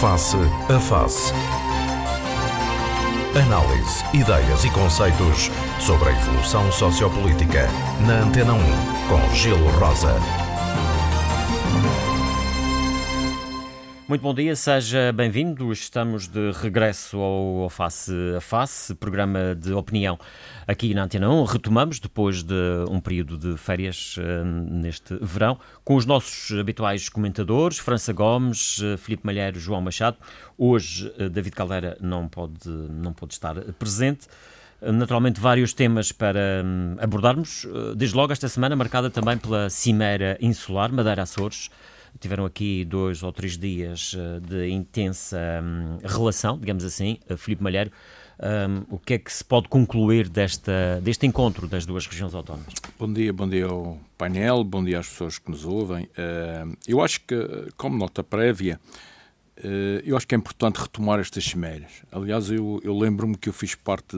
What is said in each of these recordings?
Face a Face. Análise, ideias e conceitos sobre a evolução sociopolítica. Na Antena 1, com Gil Rosa. Muito bom dia, seja bem-vindo. Estamos de regresso ao Face a Face, programa de opinião aqui na Antena 1. Retomamos depois de um período de férias neste verão, com os nossos habituais comentadores, França Gomes, Filipe Malheiro, João Machado. Hoje, David Caldeira não pôde estar presente. Naturalmente, vários temas para abordarmos. Desde logo esta semana, marcada também pela Cimeira Insular, Madeira-Açores. Tiveram aqui 2 ou 3 dias de intensa relação, digamos assim. Filipe Malheiro, o que é que se pode concluir deste encontro das duas regiões autónomas? Bom dia ao painel, bom dia às pessoas que nos ouvem. Eu acho que, como nota prévia, eu acho que é importante retomar estas cimeiras. Aliás, eu lembro-me que eu fiz parte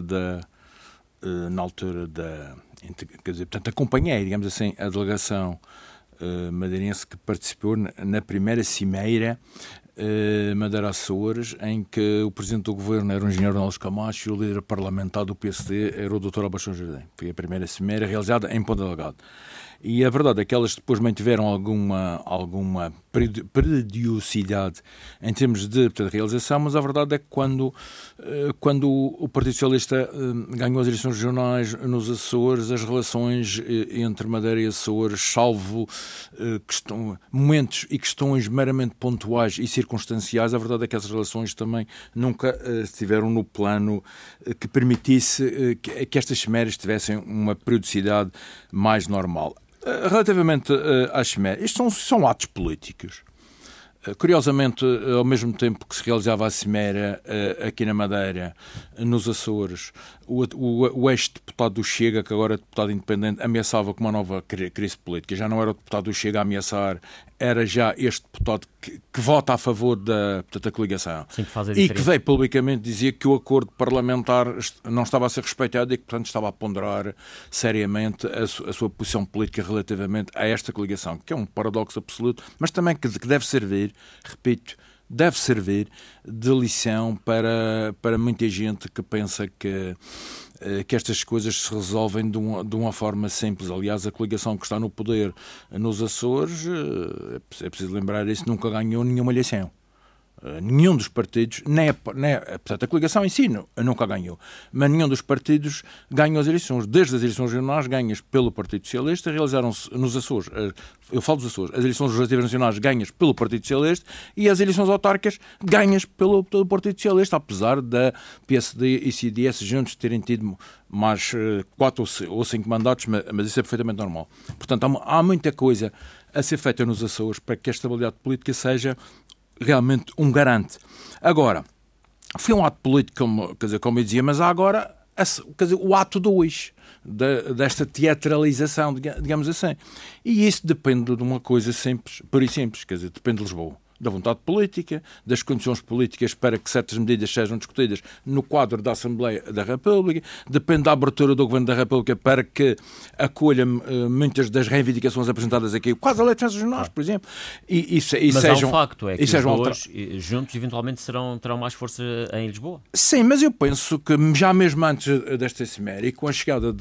na altura quer dizer, portanto, acompanhei, digamos assim, a delegação madeirense que participou na primeira cimeira Madeira-Açores, em que o presidente do governo era o engenheiro Nelson Camacho e o líder parlamentar do PSD era o Dr. Albação Jardim. Foi a primeira cimeira realizada em Ponta Delgado. E a verdade é que elas depois mantiveram alguma periodicidade em termos de realização, mas a verdade é que quando o Partido Socialista ganhou as eleições regionais nos Açores, as relações entre Madeira e Açores, salvo momentos e questões meramente pontuais e circunstanciais, a verdade é que essas relações também nunca estiveram no plano que permitisse que estas cimeras tivessem uma periodicidade mais normal. Relativamente às cimeras, isto são atos políticos. Curiosamente, ao mesmo tempo que se realizava a cimeira aqui na Madeira, nos Açores, o ex-deputado do Chega, que agora é deputado independente, ameaçava com uma nova crise política. Já não era o deputado do Chega a ameaçar, era já este deputado que vota a favor da coligação. Sim, que faz a e diferença. que veio publicamente dizer que o acordo parlamentar não estava a ser respeitado e que, portanto, estava a ponderar seriamente a sua posição política relativamente a esta coligação, que é um paradoxo absoluto, mas também que deve servir, repito, deve servir de lição para muita gente que pensa que estas coisas se resolvem de uma forma simples. Aliás, a coligação que está no poder nos Açores, é preciso lembrar isso, nunca ganhou nenhuma eleição. Nenhum dos partidos, portanto, a coligação em si nunca ganhou, mas nenhum dos partidos ganhou as eleições. Desde as eleições regionais ganhas pelo Partido Socialista, realizaram-se nos Açores, eu falo dos Açores, as eleições legislativas nacionais ganhas pelo Partido Socialista e as eleições autárquicas ganhas pelo Partido Socialista, apesar da PSD e CDS juntos terem tido mais 4 ou 5 mandatos, mas isso é perfeitamente normal. Portanto, há muita coisa a ser feita nos Açores para que a estabilidade política seja realmente um garante. Agora, foi um ato político, como eu dizia, mas há agora o ato 2 desta teatralização, digamos assim. E isso depende de uma coisa simples, pura e simples, quer dizer, depende de Lisboa, da vontade política, das condições políticas para que certas medidas sejam discutidas no quadro da Assembleia da República, depende da abertura do Governo da República para que acolha muitas das reivindicações apresentadas aqui, quase a lei de defesa regionais, por exemplo. Mas há um facto, é que os dois juntos eventualmente terão mais força em Lisboa. Sim, mas eu penso que já mesmo antes desta cimeira e com a chegada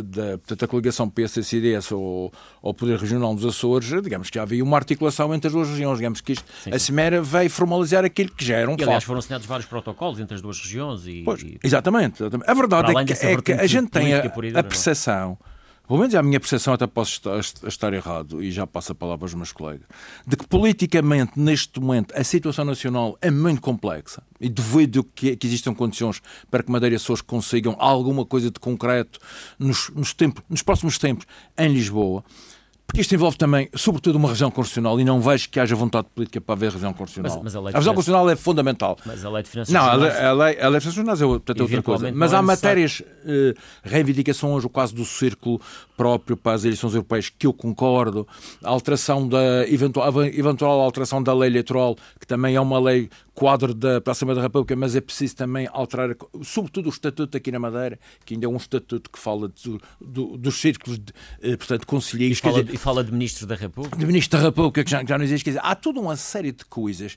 da coligação PS-CDS ao Poder Regional dos Açores, digamos que já havia uma articulação entre as duas regiões, digamos que isto a cimeira veio formalizar aquilo que já era um fato. Aliás, foram assinados vários protocolos entre as duas regiões. Exatamente. A verdade é que a gente tem a percepção, pelo menos a minha percepção, até posso estar errado, e já passo a palavra aos meus colegas, de que politicamente, neste momento, a situação nacional é muito complexa e duvido que existam condições para que Madeira e Açores consigam alguma coisa de concreto nos próximos tempos em Lisboa. Porque isto envolve também, sobretudo, uma revisão constitucional e não vejo que haja vontade política para haver revisão constitucional. Mas a revisão constitucional é fundamental. Mas a lei de finanças regionais... Não, a lei de finanças regionais é outra coisa. Mas há matérias, reivindicações, o caso do círculo próprio para as eleições europeias, que eu concordo, a alteração eventual alteração da lei eleitoral, que também é uma lei quadro da Assembleia da República, mas é preciso também alterar, sobretudo o estatuto aqui na Madeira, que ainda é um estatuto que fala dos círculos, portanto, conselheiros. E fala de Ministro da República? De Ministro da República, que já não existe. Quer dizer, há toda uma série de coisas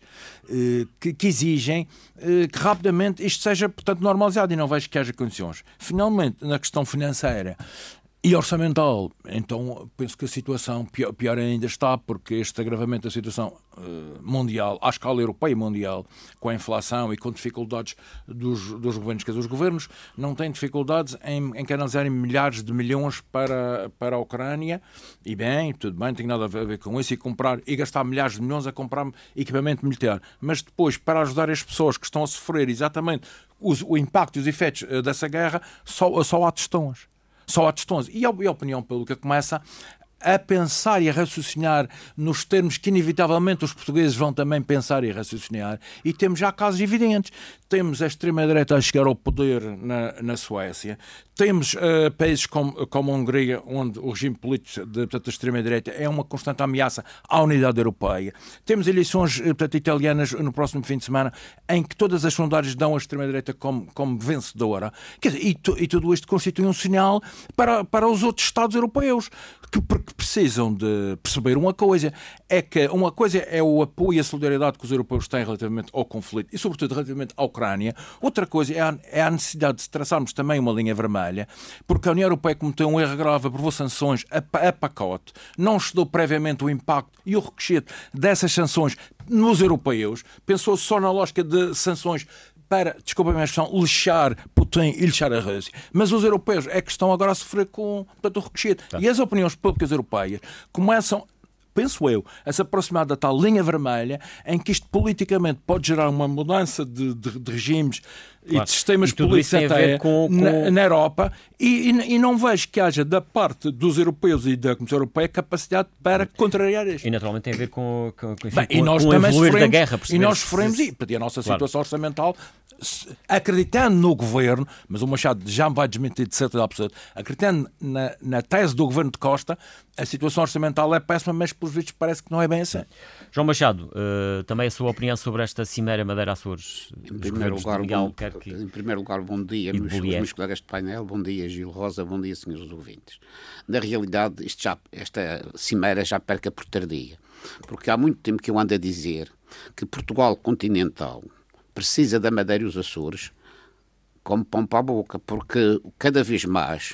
que exigem que rapidamente isto seja, portanto, normalizado, e não vejo que haja condições. Finalmente, na questão financeira e orçamental, então penso que a situação pior ainda está, porque este agravamento da situação mundial, à escala europeia e mundial, com a inflação e com dificuldades dos governos, quer dizer, os governos não têm dificuldades em canalizarem milhares de milhões para a Ucrânia, e bem, tudo bem, não tem nada a ver com isso, e gastar milhares de milhões a comprar equipamento militar, mas depois, para ajudar as pessoas que estão a sofrer exatamente o impacto e os efeitos dessa guerra, só há tostões. Só há tostões. E a opinião pública começa a pensar e a raciocinar nos termos que inevitavelmente os portugueses vão também pensar e raciocinar, e temos já casos evidentes. Temos a extrema-direita a chegar ao poder na Suécia, temos países como a Hungria, onde o regime político da extrema-direita é uma constante ameaça à unidade europeia. Temos eleições italianas no próximo fim de semana, em que todas as sondagens dão a extrema-direita como vencedora. Quer dizer, e tudo isto constitui um sinal para os outros Estados europeus, que precisam de perceber uma coisa, é que uma coisa é o apoio e a solidariedade que os europeus têm relativamente ao conflito e, sobretudo, relativamente à Ucrânia. Outra coisa é a necessidade de traçarmos também uma linha vermelha, porque a União Europeia cometeu um erro grave, aprovou sanções a pacote, não estudou previamente o impacto e o ricochete dessas sanções nos europeus, pensou só na lógica de sanções para, desculpa a minha expressão, lixar Putin e lixar a Rússia. Mas os europeus é que estão agora a sofrer com o ricochete. Tá. E as opiniões públicas europeias começam, penso eu, a se aproximar da tal linha vermelha em que isto politicamente pode gerar uma mudança de regimes e de sistemas políticos até na Europa, e não vejo que haja da parte dos europeus e da Comissão Europeia capacidade para contrariar isto. E naturalmente tem a ver com o evoluir da guerra. E nós sofremos, e a nossa situação orçamental, acreditando no governo, mas o Machado já me vai desmentir de certeza absoluta, acreditando na tese do governo de Costa, a situação orçamental é péssima, mas pelos vistos parece que não é bem assim. João Machado, também a sua opinião sobre esta cimeira Madeira-Açores? Em primeiro lugar, bom dia aos meus colegas de painel, bom dia Gil Rosa, bom dia senhores ouvintes. Na realidade, esta cimeira já perca por tardia, porque há muito tempo que eu ando a dizer que Portugal continental precisa da Madeira e os Açores como pão para a boca, porque cada vez mais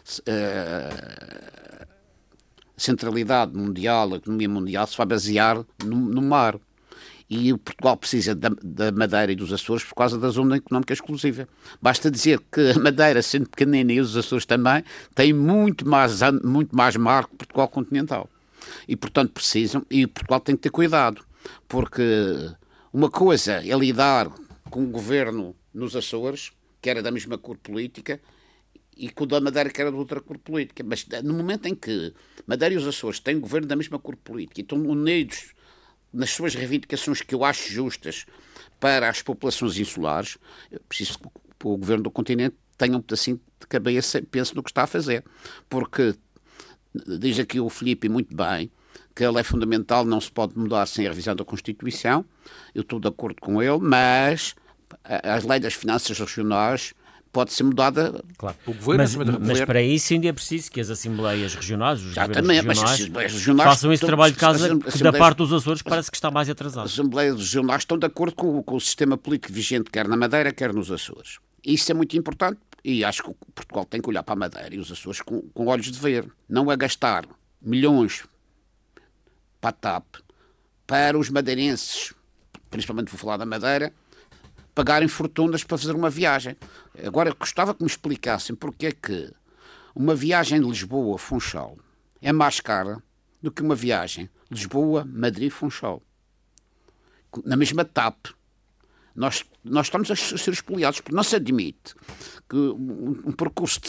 a centralidade mundial, a economia mundial se vai basear no mar. E Portugal precisa da Madeira e dos Açores por causa da zona económica exclusiva. Basta dizer que a Madeira, sendo pequenina, e os Açores também, têm muito mais mar que Portugal continental. E, portanto, precisam, e Portugal tem que ter cuidado, porque uma coisa é lidar com o governo nos Açores, que era da mesma cor política, e com o da Madeira, que era de outra cor política. Mas no momento em que Madeira e os Açores têm governo da mesma cor política e estão unidos nas suas reivindicações que eu acho justas para as populações insulares, eu preciso que o governo do continente tenha um pedacinho de cabeça e pense no que está a fazer. Porque diz aqui o Filipe muito bem que a lei fundamental não se pode mudar sem a revisão da Constituição. Eu estou de acordo com ele, mas a lei das finanças regionais pode ser mudada. Claro. Mas para isso ainda é preciso que as Assembleias Regionais, os governos regionais, façam esse trabalho de casa que da parte dos Açores parece que está mais atrasado. As Assembleias Regionais estão de acordo com o sistema político vigente, quer na Madeira, quer nos Açores. Isso é muito importante e acho que Portugal tem que olhar para a Madeira e os Açores com olhos de ver. Não é gastar milhões para a TAP, para os madeirenses, principalmente vou falar da Madeira, pagarem fortunas para fazer uma viagem. Agora, eu gostava que me explicassem porque é que uma viagem de Lisboa a Funchal é mais cara do que uma viagem de Lisboa, Madrid, Funchal. Na mesma TAP. Nós estamos a ser espoliados, porque não se admite que um percurso de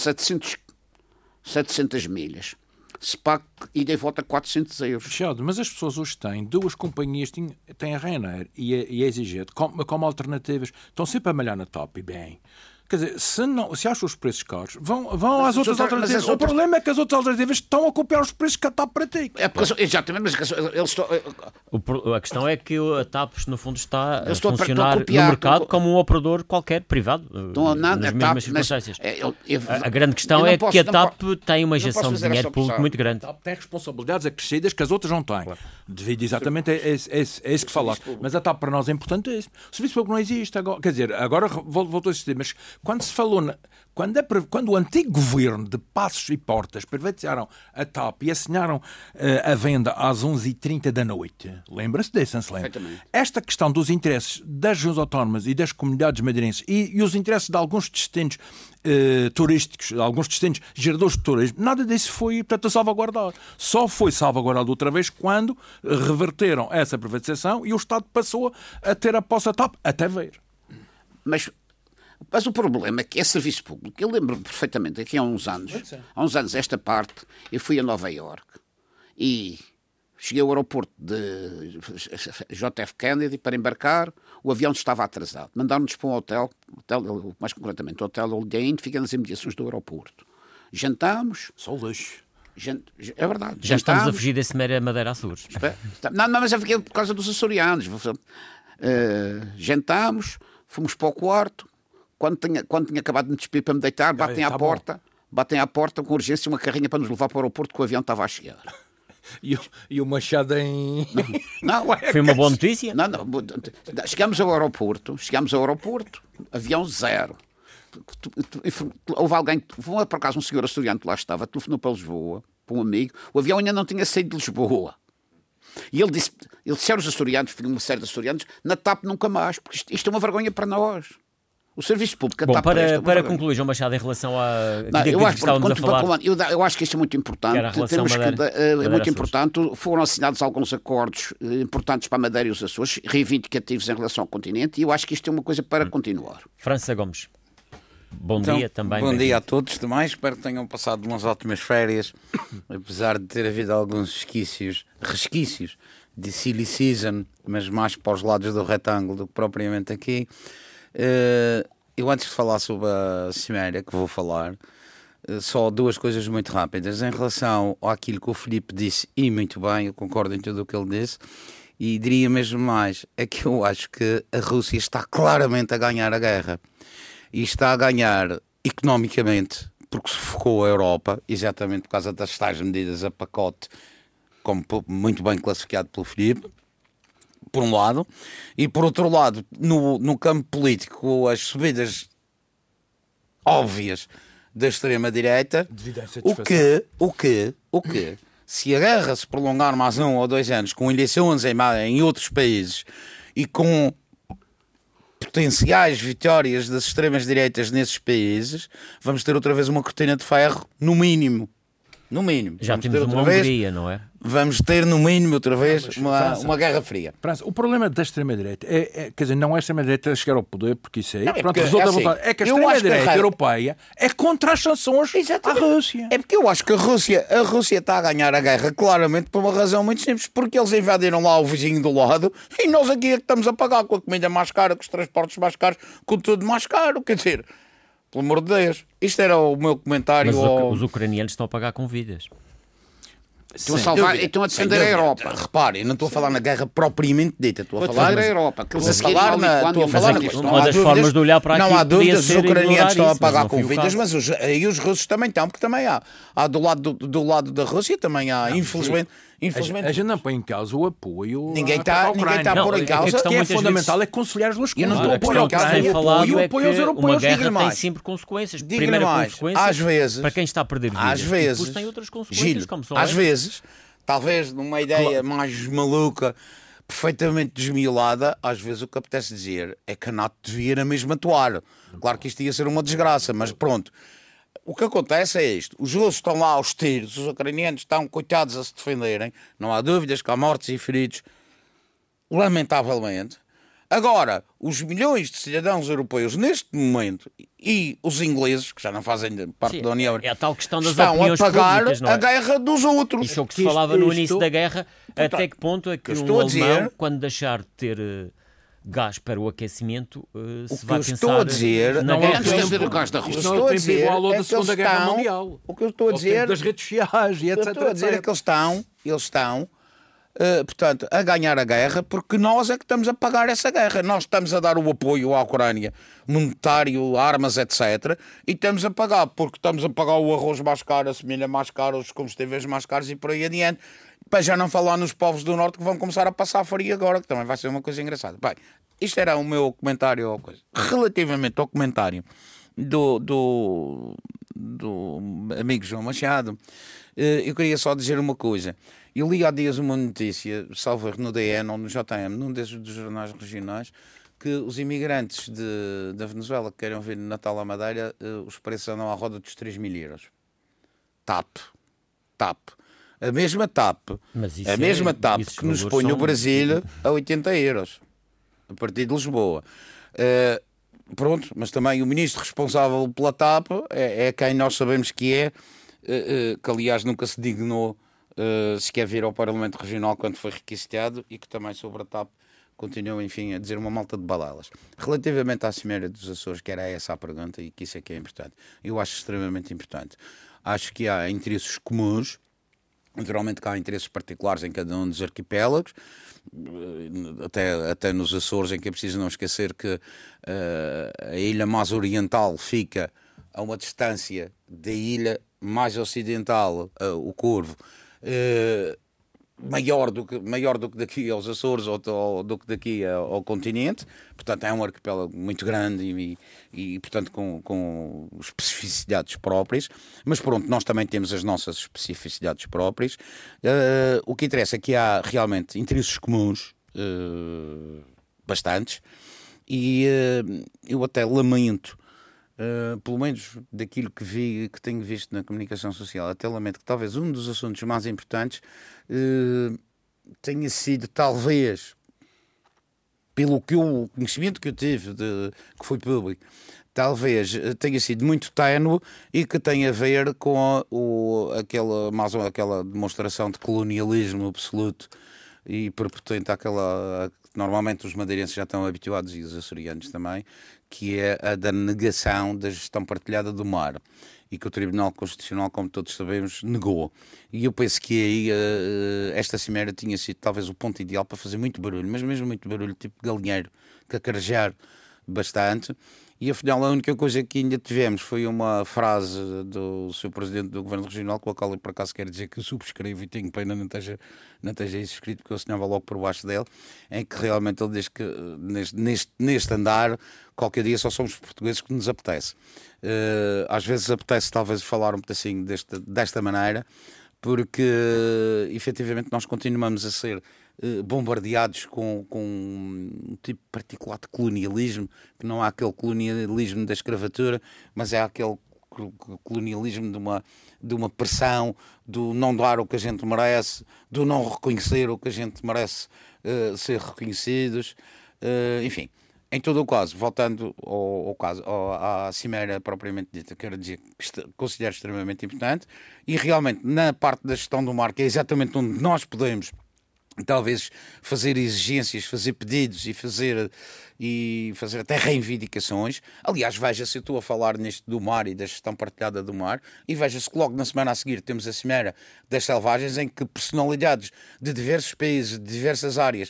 700 milhas se pague ida e volta 400 euros. Fechado, mas as pessoas hoje têm duas companhias, têm a Ryanair e a EasyJet como alternativas, estão sempre a malhar na TAP e bem. Quer dizer, se acham os preços caros, vão às outras alternativas. O problema é que as outras alternativas estão a copiar os preços que a TAP pratica. Exatamente, mas eles estão... A questão é que a TAP, no fundo, está a funcionar no mercado como um operador qualquer, privado, nas mesmas circunstâncias. A grande questão é que a TAP tem uma injeção de dinheiro público muito grande. A TAP tem responsabilidades acrescidas que as outras não têm. Devido exatamente a isso que falaste. Mas a TAP para nós é importantíssimo. O serviço público não existe agora. Quer dizer, agora voltou a existir, mas quando se falou, quando o antigo governo de Passos e Portas privatizaram a TAP e assinaram a venda às 11h30 da noite, lembra-se desse, não se lembra? Esta questão dos interesses das regiões autónomas e das comunidades madeirenses e os interesses de alguns destinos turísticos, alguns destinos geradores de turismo, nada disso foi, portanto, salvaguardado. Só foi salvaguardado outra vez quando reverteram essa privatização e o Estado passou a ter a posse da TAP até ver. Mas o problema é que é serviço público. Eu lembro-me perfeitamente, aqui há uns anos, esta parte, eu fui a Nova Iorque e cheguei ao aeroporto de JF Kennedy para embarcar, o avião estava atrasado. Mandaram-nos para um hotel, mais concretamente o Hotel Holiday Inn, fica nas imediações do aeroporto. Jantámos. Só luxo. É verdade. Já estamos a fugir desse Madeira Açores. Não, mas é por causa dos açorianos. Jantámos, fomos para o quarto. Quando tinha acabado de me despedir para me deitar, batem à porta com urgência uma carrinha para nos levar para o aeroporto que o avião estava a chegar. E o Machado em... Não, foi uma boa notícia? Não. Chegámos ao aeroporto, avião zero. Houve alguém, por acaso um senhor açoriano que lá estava, telefonou para Lisboa, para um amigo, o avião ainda não tinha saído de Lisboa. E ele disseram os açorianos, uma série de açorianos, na TAP nunca mais, porque isto é uma vergonha para nós. O serviço público... Bom, para concluir, João Machado, em relação eu acho que isto é muito importante. É muito importante. Foram assinados alguns acordos importantes para a Madeira e os Açores, reivindicativos em relação ao continente, e eu acho que isto é uma coisa para continuar. França Gomes. Bom dia também. Bom dia a todos também. Espero que tenham passado umas ótimas férias, apesar de ter havido alguns resquícios de silly season, mas mais para os lados do retângulo do que propriamente aqui. Eu antes de falar sobre a Cimeira, que vou falar, só duas coisas muito rápidas. Em relação àquilo que o Filipe disse, e muito bem, eu concordo em tudo o que ele disse, e diria mesmo mais, é que eu acho que a Rússia está claramente a ganhar a guerra. E está a ganhar economicamente, porque sufocou a Europa, exatamente por causa das tais medidas a pacote, como muito bem classificado pelo Filipe, por um lado, e por outro lado, no campo político, as subidas óbvias da extrema-direita, o que, se a guerra se prolongar mais 1 ou 2 anos, com eleições em outros países e com potenciais vitórias das extremas-direitas nesses países, vamos ter outra vez uma cortina de ferro, no mínimo. Já temos uma Hungria, não é? Vamos ter, no mínimo, outra vez, uma guerra fria. França, o problema da extrema-direita quer dizer, não é a extrema-direita chegar ao poder, porque isso aí... Não, pronto, resulta assim, é que a extrema-direita europeia é contra as sanções à Rússia. É porque eu acho que a Rússia está a ganhar a guerra claramente por uma razão muito simples, porque eles invadiram lá o vizinho do lado e nós aqui é que estamos a pagar com a comida mais cara, com os transportes mais caros, com tudo mais caro, quer dizer... Pelo amor de Deus. Isto era o meu comentário. Mas os ucranianos estão a pagar com vidas. Estão a salvar e estão a defender a Europa. Reparem, não estou a falar na guerra propriamente dita. Estou a falar na Europa. Estou a falar na questão. Uma das formas de olhar para aqui. Não há dúvidas, os ucranianos estão a pagar com vidas, mas os russos também estão, porque também há. Do lado da Rússia também há, infelizmente. A gente não põe em causa o apoio. Ninguém está a pôr em causa. O que é fundamental é conciliar as duas coisas. Eu não estou a pôr em causa o apoio aos europeus. Uma guerra tem sempre consequências. Primeira consequência, às vezes, para quem está a perder vidas. Às vezes, depois tem outras consequências, como são às vezes, talvez numa ideia mais maluca, perfeitamente desmiolada, às vezes o que apetece dizer é que a NATO devia na mesma atuar. Claro que isto ia ser uma desgraça, mas pronto. O que acontece é isto. Os russos estão lá aos tiros, os ucranianos estão coitados a se defenderem. Não há dúvidas que há mortos e feridos, lamentavelmente. Agora, os milhões de cidadãos europeus neste momento e os ingleses, que já não fazem parte da União Europeia, é a tal questão das estão a pagar públicas, não é? a guerra dos outros. Isso é o que se falava no início da guerra. Até que ponto é que um alemão, quando deixar de ter gás para o aquecimento, se vai pensar estou a dizer, na guerra. Antes de ser o gás da Rússia. Não é tempo igual ao da que Segunda eles Guerra estão- Mundial. O que eu estou a Ao tempo dizer, das redes sociais e etc. eu estou a dizer é que eles estão, portanto, a ganhar a guerra, porque nós é que estamos a pagar essa guerra. Nós estamos a dar o apoio à Ucrânia, monetário, armas, etc. E estamos a pagar, porque estamos a pagar o arroz mais caro, a semelha mais cara, os combustíveis mais caros e por aí adiante. Para já não falar nos povos do Norte que vão começar a passar frio agora, que também vai ser uma coisa engraçada. Bem, isto era o meu comentário ou coisa. Relativamente ao comentário do amigo João Machado, eu queria só dizer uma coisa. Eu li há dias uma notícia, salvo erro, no DN ou no JM, num desses dos jornais regionais, que os imigrantes da Venezuela que queiram vir de Natal à Madeira, os preços andam à roda dos 3 mil euros. TAP. A mesma TAP Esses que nos valores põe no são- Brasil a 80 euros, a partir de Lisboa. Pronto, mas também o ministro responsável pela TAP é quem nós sabemos que é, que aliás nunca se dignou sequer vir ao Parlamento Regional quando foi requisitado, e que também sobre a TAP continua, enfim, a dizer uma malta de balalas. Relativamente à Cimeira dos Açores, que era essa a pergunta, e que isso é que é importante, eu acho extremamente importante. Acho que há interesses comuns, naturalmente que há interesses particulares em cada um dos arquipélagos, até nos Açores, em que é preciso não esquecer que a ilha mais oriental fica a uma distância da ilha mais ocidental, o Corvo, maior do que daqui aos Açores ou do que daqui ao continente. Portanto, é um arquipélago muito grande e portanto, com especificidades próprias. Mas pronto, nós também temos as nossas especificidades próprias. O que interessa é que há realmente interesses comuns, bastantes, e eu até lamento, pelo menos daquilo que tenho visto na comunicação social, até lamento que talvez um dos assuntos mais importantes tenha sido, talvez, pelo conhecimento que eu tive, que foi público, talvez tenha sido muito ténue e que tenha a ver com aquela demonstração de colonialismo absoluto e prepotente, aquela que normalmente os madeirenses já estão habituados, e os açorianos também, que é a da negação da gestão partilhada do mar, e que o Tribunal Constitucional, como todos sabemos, negou. E eu penso que aí esta cimeira tinha sido talvez o ponto ideal para fazer muito barulho, mas mesmo muito barulho, tipo galinheiro, cacarejar bastante. E afinal a única coisa que ainda tivemos foi uma frase do Sr. Presidente do Governo Regional, com a qual eu por acaso quero dizer que eu subscrevo, e tenho pena não esteja isso escrito, porque eu assinava logo por baixo dele, em que realmente ele diz que neste andar qualquer dia só somos portugueses que nos apetece. Às vezes apetece talvez falar um pedacinho desta maneira, porque efetivamente nós continuamos a ser bombardeados com um tipo particular de colonialismo, que não há aquele colonialismo da escravatura, mas é aquele colonialismo de uma pressão, do não dar o que a gente merece, do não reconhecer o que a gente merece ser reconhecidos, enfim. Em todo o caso, voltando ao caso, à cimeira propriamente dita, quero dizer que considero extremamente importante, e realmente na parte da gestão do mar, que é exatamente onde nós podemos talvez fazer exigências, fazer pedidos e fazer até reivindicações. Aliás, veja-se, eu estou a falar neste do mar e da gestão partilhada do mar, e veja-se que logo na semana a seguir temos a Cimeira das Selvagens, em que personalidades de diversos países, de diversas áreas,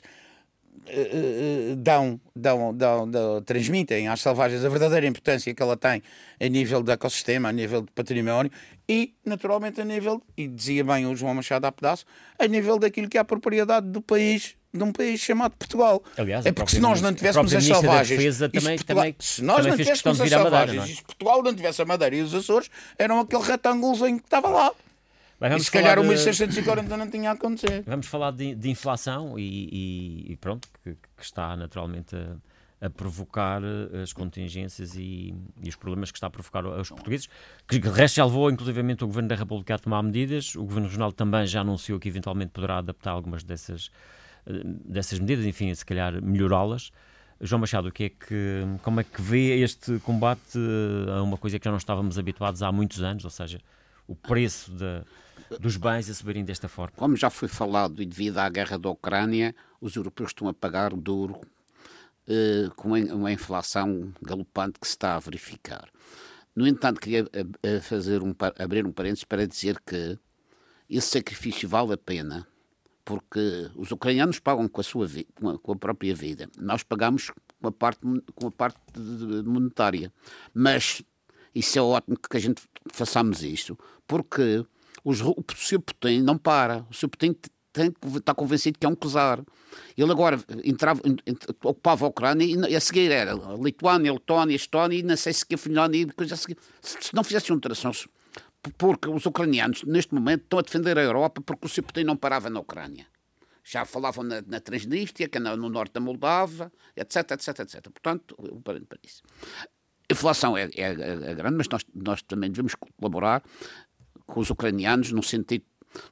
transmitem às selvagens a verdadeira importância que ela tem a nível de ecossistema, a nível de património e, naturalmente, a nível, e dizia bem o João Machado há pedaço, a nível daquilo que é a propriedade do país, de um país chamado Portugal. Aliás, é porque se nós não tivéssemos as selvagens, se nós não tivéssemos as selvagens, e se Portugal não tivesse a Madeira e os Açores, eram aquele retângulozinho que estava lá. Bem, e se calhar o 1640 não tinha a acontecer. Vamos falar de inflação e pronto, que está naturalmente a provocar as contingências e os problemas que está a provocar aos portugueses, que de resto já levou inclusivamente o Governo da República a tomar medidas. O Governo Regional também já anunciou que eventualmente poderá adaptar algumas dessas medidas, enfim, se calhar melhorá-las. João Machado, como é que vê este combate a uma coisa que já não estávamos habituados há muitos anos, ou seja, o preço dos bens a subirem desta forma? Como já foi falado, e devido à guerra da Ucrânia, os europeus estão a pagar duro com uma inflação galopante que se está a verificar. No entanto, queria abrir um parênteses para dizer que esse sacrifício vale a pena, porque os ucranianos pagam com a própria vida. Nós pagamos com a parte monetária. Mas isso é ótimo que a gente façamos isto, porque o Sr. Putin não para. O Sr. Putin está convencido que é um czar. Ele agora ocupava a Ucrânia e a seguir era a Lituânia, a Letónia, a Estónia e não sei se que a Finlândia e coisa a seguir. Se não fizesse uma alteração, porque os ucranianos neste momento estão a defender a Europa porque o Sr. Putin não parava na Ucrânia. Já falavam na Transnistria, que é no norte da Moldávia, etc, etc, etc. Portanto, para isso. A inflação é grande, mas nós também devemos colaborar com os ucranianos no sentido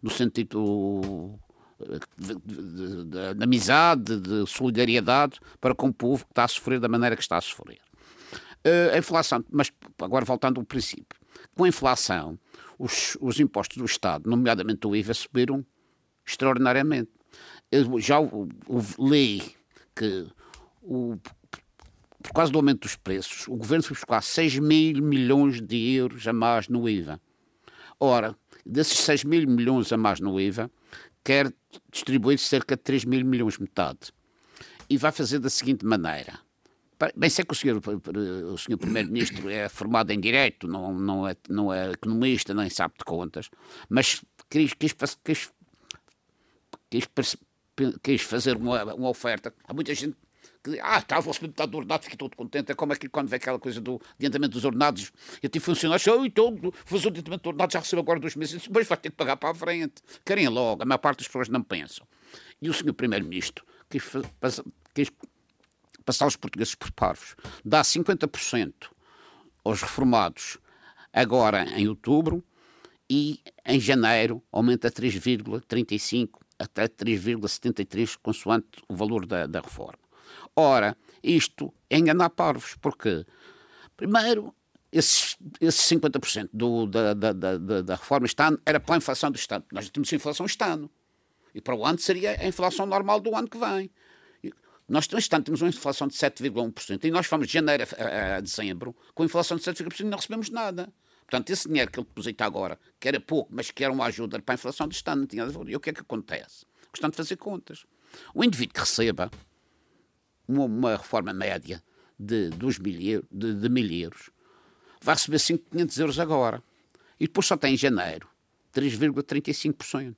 de amizade, de solidariedade para com o povo que está a sofrer da maneira que está a sofrer. A inflação, mas agora voltando ao princípio, com a inflação, os impostos do Estado, nomeadamente o IVA, subiram extraordinariamente. Eu já li que, por causa do aumento dos preços, o Governo foi buscar 6 mil milhões de euros a mais no IVA. Ora, desses 6 mil milhões a mais no IVA, quer distribuir cerca de 3 mil milhões, metade. E vai fazer da seguinte maneira. Bem, sei que o senhor Primeiro-Ministro é formado em Direito, não é economista, nem sabe de contas, mas quis fazer uma oferta. Há muita gente que diz, vou subir metade do ordenado, fiquei todo contente. É como aquilo quando vê aquela coisa do adiantamento dos ordenados. Eu tive funcionários, vou fazer o adiantamento do ordenado, já recebo agora 2 meses, mas vai ter que pagar para a frente. Querem logo, a maior parte das pessoas não pensam. E o senhor Primeiro-Ministro quis passar os portugueses por parvos. Dá 50% aos reformados agora em outubro e em janeiro aumenta 3,35% até 3,73%, consoante o valor da reforma. Ora, isto é enganar parvos, porque, primeiro, esses 50% da reforma este ano era para a inflação do Estado. Nós temos inflação este ano. E para o ano seria a inflação normal do ano que vem. Nós este ano temos uma inflação de 7,1% e nós fomos de janeiro a dezembro com a inflação de 7,1% e não recebemos nada. Portanto, esse dinheiro que ele deposita agora, que era pouco, mas que era uma ajuda para a inflação deste ano, não tinha nada a ver. E o que é que acontece? Gostam de fazer contas. O indivíduo que receba uma reforma média de 1.000 euros vai receber 500 euros agora. E depois só tem em janeiro 3,35%.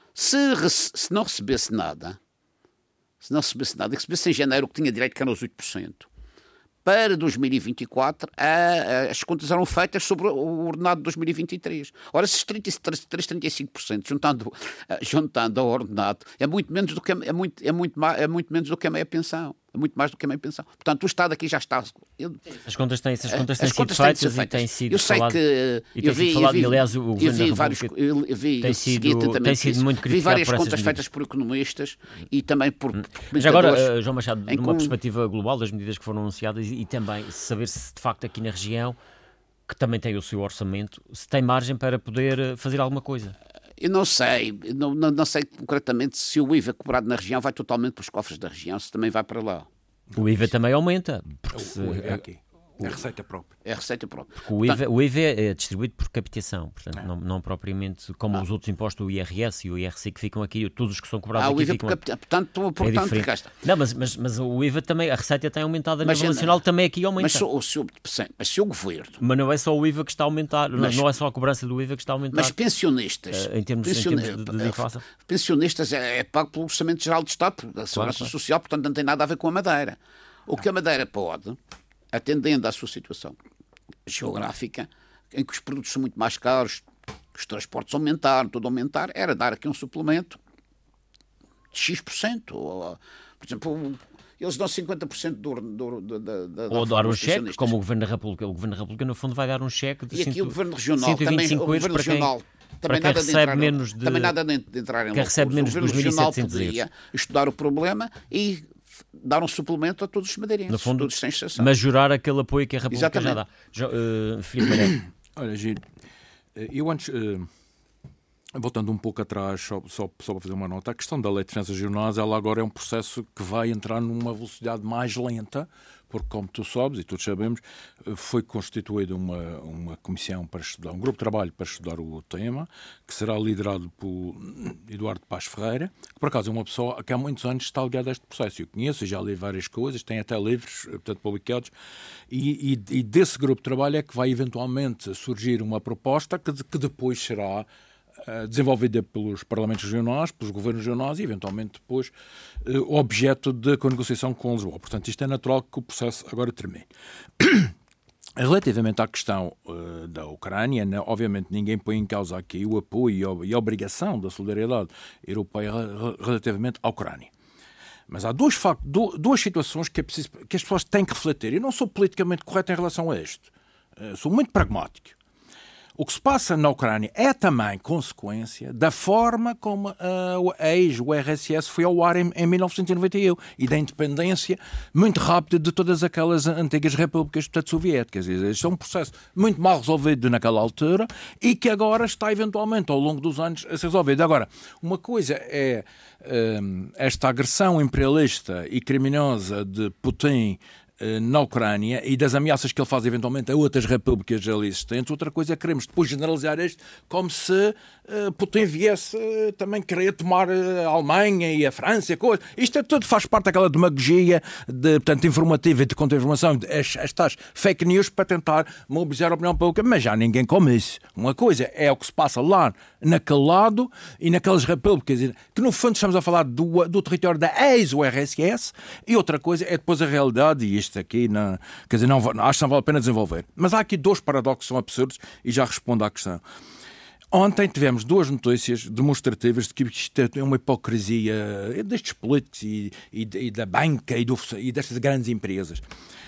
Se não recebesse nada, e recebesse em janeiro o que tinha direito, que eram os 8%, para 2024 as contas eram feitas sobre o ordenado de 2023. Ora, esses 35%, juntando ao ordenado, é muito menos do que a meia pensão. É muito mais do que a meia pensão. Portanto, o Estado aqui já está... As contas têm sido feitas e têm sido falado. Aliás, o Governo da República tem sido muito criticado. Vi várias contas feitas por economistas e também por comentadores. Já agora, João Machado, numa perspectiva global das medidas que foram anunciadas e também saber se de facto aqui na região, que também tem o seu orçamento, se tem margem para poder fazer alguma coisa. Eu não sei, não sei concretamente se o IVA cobrado na região vai totalmente para os cofres da região, se também vai para lá. O IVA também aumenta. É a receita própria. É a receita própria. O IVA é distribuído por captação, portanto, não propriamente como os outros impostos, o IRS e o IRC, que ficam aqui, todos os que são cobrados aqui o IVA ficam... Portanto, Não, mas o IVA também, a receita tem aumentado a nível nacional, também aqui aumenta. Mas se o Governo... Mas não é só o IVA que está a aumentar, não é só a cobrança do IVA que está a aumentar. Mas pensionistas... Em termos de inflação. Pensionistas é pago pelo Orçamento Geral do Estado, a Segurança Social, portanto não tem nada a ver com a Madeira. O que a Madeira pode... atendendo à sua situação geográfica, em que os produtos são muito mais caros, os transportes aumentaram, tudo aumentar, era dar aqui um suplemento de X%. Por exemplo, eles dão 50% ou dar um cheque, como o Governo da República. O Governo da República, no fundo, vai dar um cheque de 125 euros. E aqui o Governo Regional também nada de entrar em loucura. O Governo Regional poderia estudar o problema e dar um suplemento a todos os madeirenses, no fundo, todos sem exceção. Majorar aquele apoio que a República já dá. Filipe Malheiro. Olha, Gil, eu antes Voltando um pouco atrás, só para fazer uma nota, a questão da lei de finanças regionais, ela agora é um processo que vai entrar numa velocidade mais lenta, porque, como tu sabes e todos sabemos, foi constituída uma comissão para estudar, um grupo de trabalho para estudar o tema, que será liderado por Eduardo Paz Ferreira, que por acaso é uma pessoa que há muitos anos está ligada a este processo. Eu conheço e já li várias coisas, tem até livros, portanto, publicados, e desse grupo de trabalho é que vai eventualmente surgir uma proposta que depois será desenvolvida pelos parlamentos regionais, pelos governos regionais e, eventualmente, depois objeto de negociação com Lisboa. Portanto, isto é natural que o processo agora termine. Relativamente à questão da Ucrânia, obviamente ninguém põe em causa aqui o apoio e a obrigação da solidariedade europeia relativamente à Ucrânia. Mas há duas situações que as pessoas têm que refletir. Eu não sou politicamente correto em relação a isto. Sou muito pragmático. O que se passa na Ucrânia é também consequência da forma como o RSS foi ao ar em 1991 e da independência muito rápida de todas aquelas antigas repúblicas soviéticas. Isto é um processo muito mal resolvido naquela altura e que agora está eventualmente ao longo dos anos a ser resolvido. Agora, uma coisa é esta agressão imperialista e criminosa de Putin na Ucrânia e das ameaças que ele faz eventualmente a outras repúblicas ali existentes. Outra coisa é que queremos depois generalizar isto como se Putin viesse também querer tomar a Alemanha e a França. Coisa. Isto tudo faz parte daquela demagogia portanto, informativa e de contra-informação, estas fake news para tentar mobilizar a opinião pública, mas já ninguém come isso. Uma coisa é o que se passa lá naquele lado e naquelas repúblicas, que no fundo estamos a falar do território da ex-URSS, e outra coisa é depois a realidade, e isto aqui, quer dizer, acho que não vale a pena desenvolver. Mas há aqui dois paradoxos que são absurdos e já respondo à questão. Ontem tivemos duas notícias demonstrativas de que isto é uma hipocrisia destes políticos e da banca e destas grandes empresas.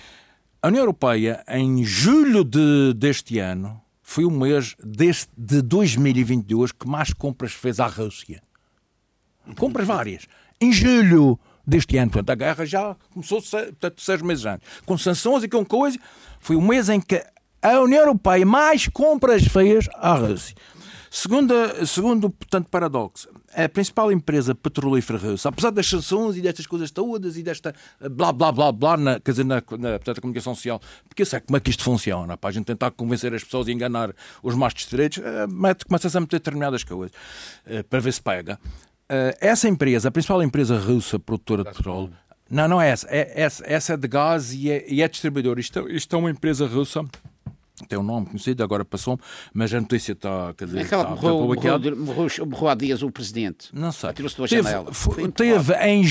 A União Europeia, em julho deste ano, foi o mês de 2022 que mais compras fez à Rússia. Compras várias. Em julho deste ano, portanto, a guerra já começou, portanto, 6 meses antes. Com sanções e com coisa, foi o mês em que a União Europeia mais compras fez à Rússia. Segundo portanto, paradoxo, a principal empresa petrolífera russa, apesar das sanções e destas coisas todas e desta blá blá blá blá, quer dizer, portanto, a comunicação social, porque eu sei como é que isto funciona, para a gente tentar convencer as pessoas e enganar os mais distritos, começa-se a meter determinadas coisas para ver se pega. Essa empresa, a principal empresa russa produtora de petróleo, não é essa, essa é de gás e é distribuidora. Isto é uma empresa russa. Tem um nome conhecido, agora passou-me, mas a notícia está publicada. Morreu há dias o presidente. Não sei. Atirou-se da janela. Teve em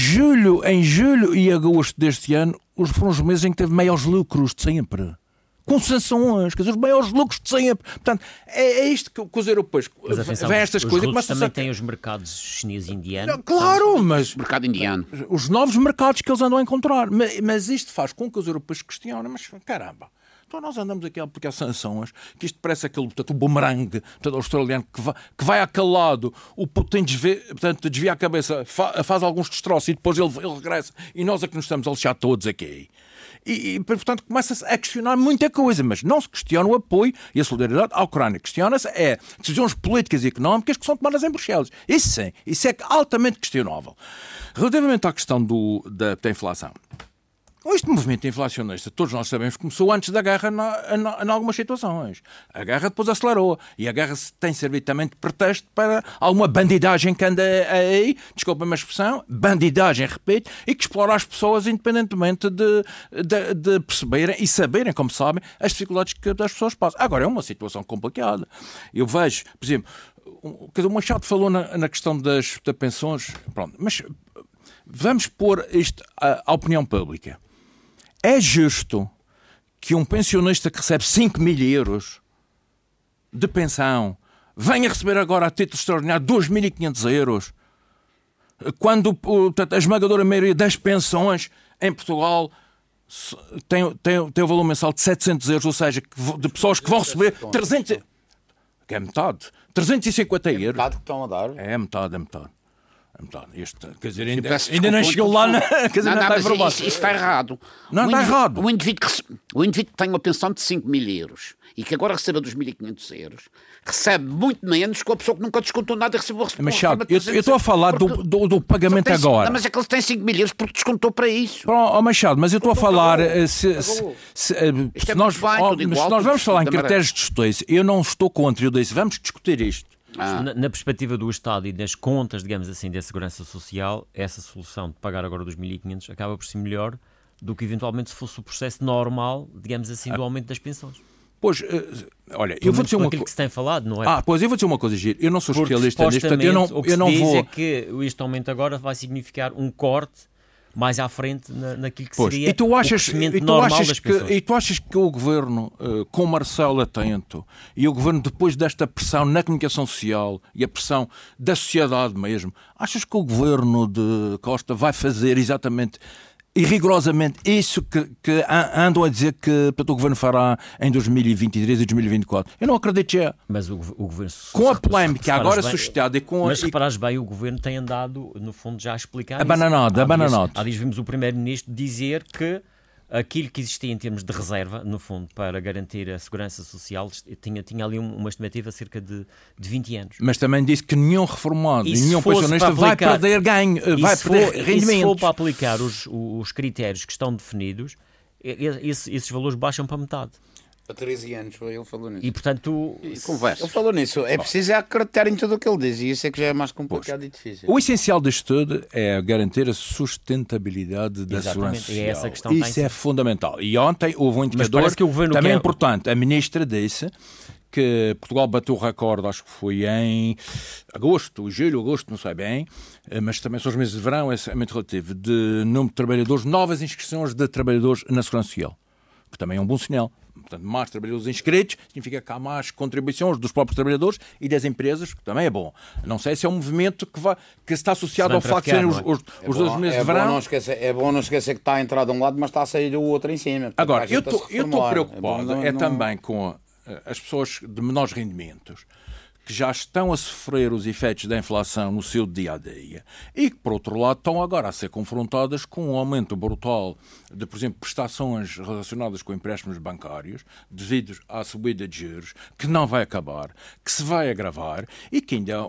julho e agosto deste ano, foram os meses em que teve maiores lucros de sempre. Com sanções, quer dizer, os maiores lucros de sempre. Portanto, é isto que os europeus vêm estas coisas. Mas também têm os mercados chinês e indiano. Claro, mas mercado indiano. Os novos mercados que eles andam a encontrar. Mas isto faz com que os europeus questionem, mas caramba. Então nós andamos aqui a aplicar sanções, que isto parece aquele, portanto, o bumerangue, portanto, australiano, que vai àquele lado, o Putin desvia a cabeça, faz alguns destroços e depois ele regressa, e nós é que nos estamos a lixar todos aqui. E portanto, começa-se a questionar muita coisa, mas não se questiona o apoio e a solidariedade à Ucrânia. Questiona-se decisões políticas e económicas que são tomadas em Bruxelas. Isso sim, isso é altamente questionável. Relativamente à questão da inflação, este movimento inflacionista, todos nós sabemos, começou antes da guerra em algumas situações. A guerra depois acelerou. E a guerra tem servido também de pretexto para alguma bandidagem que anda aí, desculpa-me a expressão, bandidagem, repito, e que explora as pessoas independentemente de perceberem e saberem, como sabem, as dificuldades que as pessoas passam. Agora, é uma situação complicada. Eu vejo, por exemplo, o Machado falou na questão das pensões, pronto, mas vamos pôr isto à opinião pública. É justo que um pensionista que recebe 5.000 euros de pensão venha receber agora a título extraordinário 2.500 euros, quando a esmagadora maioria das pensões em Portugal tem o valor mensal de 700 euros, ou seja, de pessoas que vão receber 300, que é metade, 350 euros. É metade que estão a dar? É metade. Quer dizer, ainda não chegou lá, quer dizer, não está informado. Isso está errado. Não está errado. O indivíduo que tem uma pensão de 5.000 euros e que agora recebe 2.500 euros, recebe muito menos que a pessoa que nunca descontou nada e recebeu Machado, eu estou a falar do pagamento agora. Não, mas é que ele tem 5.000 euros porque descontou para isso. Machado, mas eu estou a falar... Se nós vamos falar em critérios de justiça, eu não estou contra, eu disse, vamos discutir isto. Na perspectiva do Estado e das contas, digamos assim, da Segurança Social, essa solução de pagar agora 2.500 acaba por ser melhor do que eventualmente se fosse o processo normal, digamos assim, do aumento das pensões. Pois, olha, eu vou dizer uma coisa... que se tem falado, não é? Pois, eu vou dizer uma coisa, Giro. Eu não sou especialista nisto, portanto, eu não vou... é que este aumento agora vai significar um corte mais à frente naquilo que seria o crescimento normal das pensões. E tu achas que o Governo, com o Marcelo atento, e o Governo depois desta pressão na comunicação social e a pressão da sociedade mesmo, achas que o Governo de Costa vai fazer exatamente e rigorosamente isso que andam a dizer que o Governo fará em 2023 e 2024? Eu não acredito já. Mas o Governo... Com a polémica agora suscitada e com... Mas reparares bem, o Governo tem andado, no fundo, já a explicar abananado. Há dias vimos o Primeiro-Ministro dizer que aquilo que existia em termos de reserva, no fundo, para garantir a segurança social, tinha ali uma estimativa de cerca de 20 anos. Mas também disse que nenhum reformado, nenhum pensionista vai perder ganho, vai perder rendimentos. E se for para aplicar os critérios que estão definidos, esses valores baixam para metade. Há 13 anos ele falou nisso. E portanto, conversa. Ele falou nisso. É preciso acreditar em tudo o que ele diz, e isso é que já é mais complicado e difícil. O essencial disto tudo é garantir a sustentabilidade da segurança social. É essa questão. Isso é fundamental. E ontem houve um indicador que o governo também importante. A ministra disse que Portugal bateu o recorde, acho que foi em julho, agosto, não sei bem, mas também são os meses de verão, é muito relativo, de número de trabalhadores, novas inscrições de trabalhadores na segurança social, que também é um bom sinal. Portanto, mais trabalhadores inscritos significa que há mais contribuições dos próprios trabalhadores e das empresas, que também é bom. Não sei se é um movimento que está associado ao facto de serem os 2 meses de verão. É bom não esquecer que está a entrar de um lado, mas está a sair o outro em cima. Agora, eu estou preocupado também com as pessoas de menores rendimentos, que já estão a sofrer os efeitos da inflação no seu dia-a-dia e que, por outro lado, estão agora a ser confrontadas com um aumento brutal de, por exemplo, prestações relacionadas com empréstimos bancários devido à subida de juros, que não vai acabar, que se vai agravar e que ainda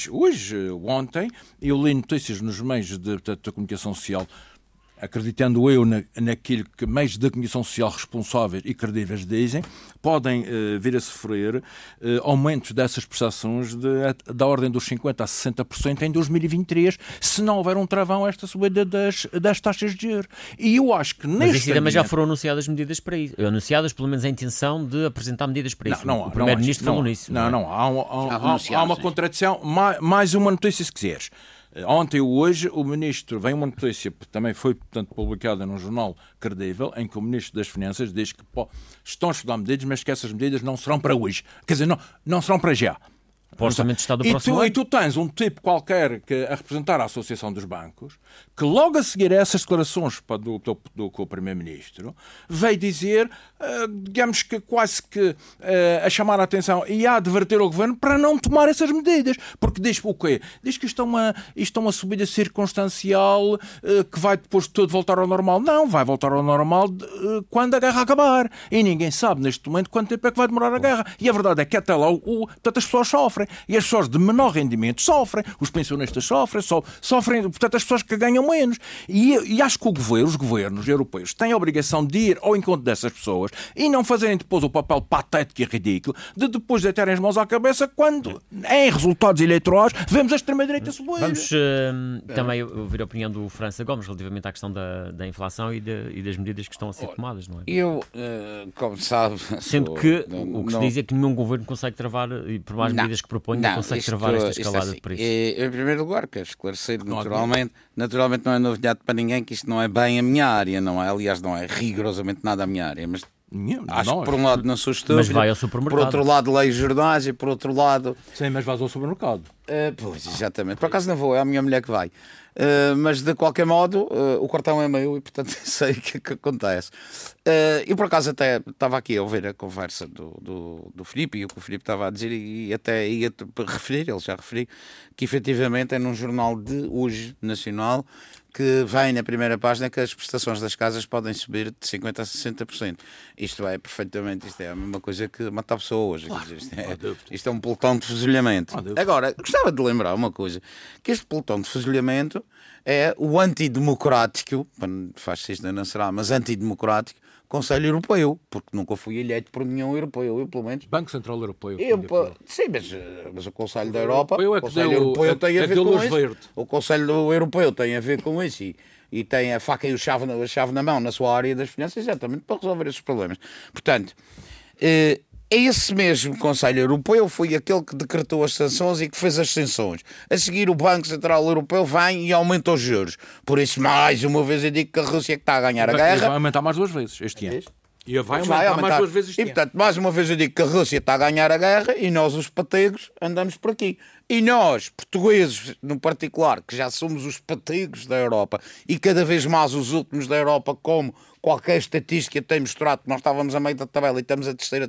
ontem, eu li notícias nos meios de comunicação social, acreditando eu naquilo que meios de comunicação social responsáveis e credíveis dizem, podem vir a sofrer aumentos dessas prestações da ordem dos 50% a 60% em 2023, se não houver um travão a esta subida das taxas de juros. E eu acho que neste ambiente... Mas já foram anunciadas medidas para isso. Anunciadas, pelo menos, a intenção de apresentar medidas para isso. O Primeiro-Ministro falou nisso. Não. Há uma contradição. Mais uma notícia, se quiseres. Ontem ou hoje, o Ministro, vem uma notícia que também foi, portanto, publicada num jornal credível, em que o Ministro das Finanças diz que estão a estudar medidas, mas que essas medidas não serão para hoje. Quer dizer, não serão para já. Para o Orçamento de Estado do próximo ano. E tu tens um tipo qualquer a representar a Associação dos Bancos, que logo a seguir a essas declarações do Primeiro-Ministro, veio dizer, digamos que quase que a chamar a atenção e a advertir ao Governo para não tomar essas medidas. Porque diz o quê? Diz que isto é uma subida circunstancial que vai depois de tudo voltar ao normal. Não, vai voltar ao normal quando a guerra acabar. E ninguém sabe neste momento quanto tempo é que vai demorar a guerra. E a verdade é que até lá portanto, as pessoas sofrem. E as pessoas de menor rendimento sofrem, os pensionistas sofrem, portanto as pessoas que ganham menos. E acho que os governos europeus têm a obrigação de ir ao encontro dessas pessoas e não fazerem depois o papel patético e ridículo de depois deitarem as mãos à cabeça quando, em resultados eleitorais, vemos a extrema-direita subir. Vamos também ouvir a opinião do França Gomes relativamente à questão da inflação e das medidas que estão a ser tomadas, não é? Eu, como sabe... Sendo que o que se diz é que nenhum governo consegue travar, e por mais medidas que propõe, não consegue travar esta escalada de preços. Em primeiro lugar, quero esclarecer, naturalmente não é novidade para ninguém que isto não é bem a minha área, não é? Aliás, não é rigorosamente nada a minha área, mas acho que por um lado não sou estúpido, mas vai ao supermercado. Por outro lado leio jornais e por outro lado... Sim, mas vais ao supermercado. Pois, exatamente. Por acaso não vou, é a minha mulher que vai. Mas de qualquer modo, o cartão é meu e portanto sei o que é que acontece. E por acaso até estava aqui a ouvir a conversa do Filipe e o que o Filipe estava a dizer e até ia referir, ele já referiu, que efetivamente é num jornal de hoje, nacional, que vem na primeira página que as prestações das casas podem subir de 50% a 60%. Isto é perfeitamente, isto é a mesma coisa que matar pessoas. Claro, isto é um pelotão de fuzilhamento. Agora, gostava de lembrar uma coisa, que este pelotão de fuzilhamento é o antidemocrático, fascista não será, mas antidemocrático, Conselho Europeu, porque nunca fui eleito por nenhum europeu, eu pelo menos. Banco Central Europeu. Sim, mas o Conselho da Europa, o Conselho Europeu tem a ver com isso. O Conselho Europeu tem a ver com isso e tem a faca e a chave na mão na sua área das finanças, exatamente para resolver esses problemas. Portanto, esse mesmo Conselho Europeu foi aquele que decretou as sanções e que fez as sanções. A seguir, o Banco Central Europeu vem e aumenta os juros. Por isso, mais uma vez, eu digo que a Rússia é que está a ganhar a guerra. Vai aumentar mais 2 vezes este ano. E vai aumentar mais 2 vezes este ano. E, portanto, mais uma vez eu digo que a Rússia está a ganhar a guerra e nós, os pategos, andamos por aqui. E nós, portugueses, no particular, que já somos os pategos da Europa e cada vez mais os últimos da Europa, como qualquer estatística tem mostrado que nós estávamos a meio da tabela e estamos a descer,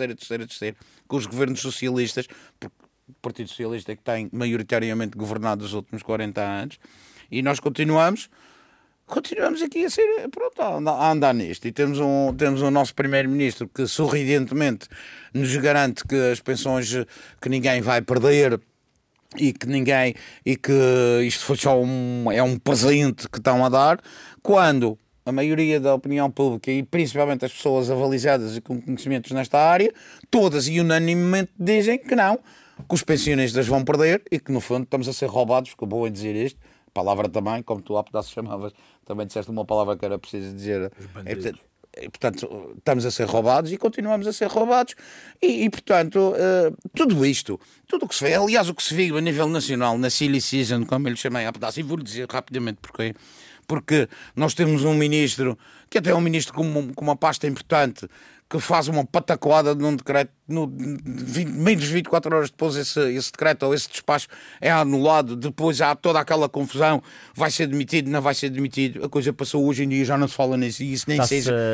com os governos socialistas, porque o Partido Socialista é que tem maioritariamente governado os últimos 40 anos, e nós continuamos aqui a ser, pronto, a andar nisto. E temos o nosso primeiro-ministro que sorridentemente nos garante que as pensões, que ninguém vai perder e que isto foi só um presente que estão a dar, quando a maioria da opinião pública e principalmente as pessoas avalizadas e com conhecimentos nesta área, todas e unanimemente dizem que não, que os pensionistas vão perder e que no fundo estamos a ser roubados, porque eu vou dizer isto, palavra também, como tu há pedaços chamavas, também disseste uma palavra que era preciso dizer. Portanto, estamos a ser roubados e continuamos a ser roubados e portanto, tudo isto, tudo o que se vê, aliás, o que se viu a nível nacional, na Silly Season, como eu lhe chamei há pedaço, e vou-lhe dizer rapidamente porquê. Porque nós temos um ministro, que até é um ministro com uma pasta importante, que faz uma patacoada num decreto, menos de 24 horas depois esse decreto ou esse despacho é anulado, depois há toda aquela confusão, vai ser demitido, não vai ser demitido, a coisa passou, hoje em dia já não se fala nisso, e isso nem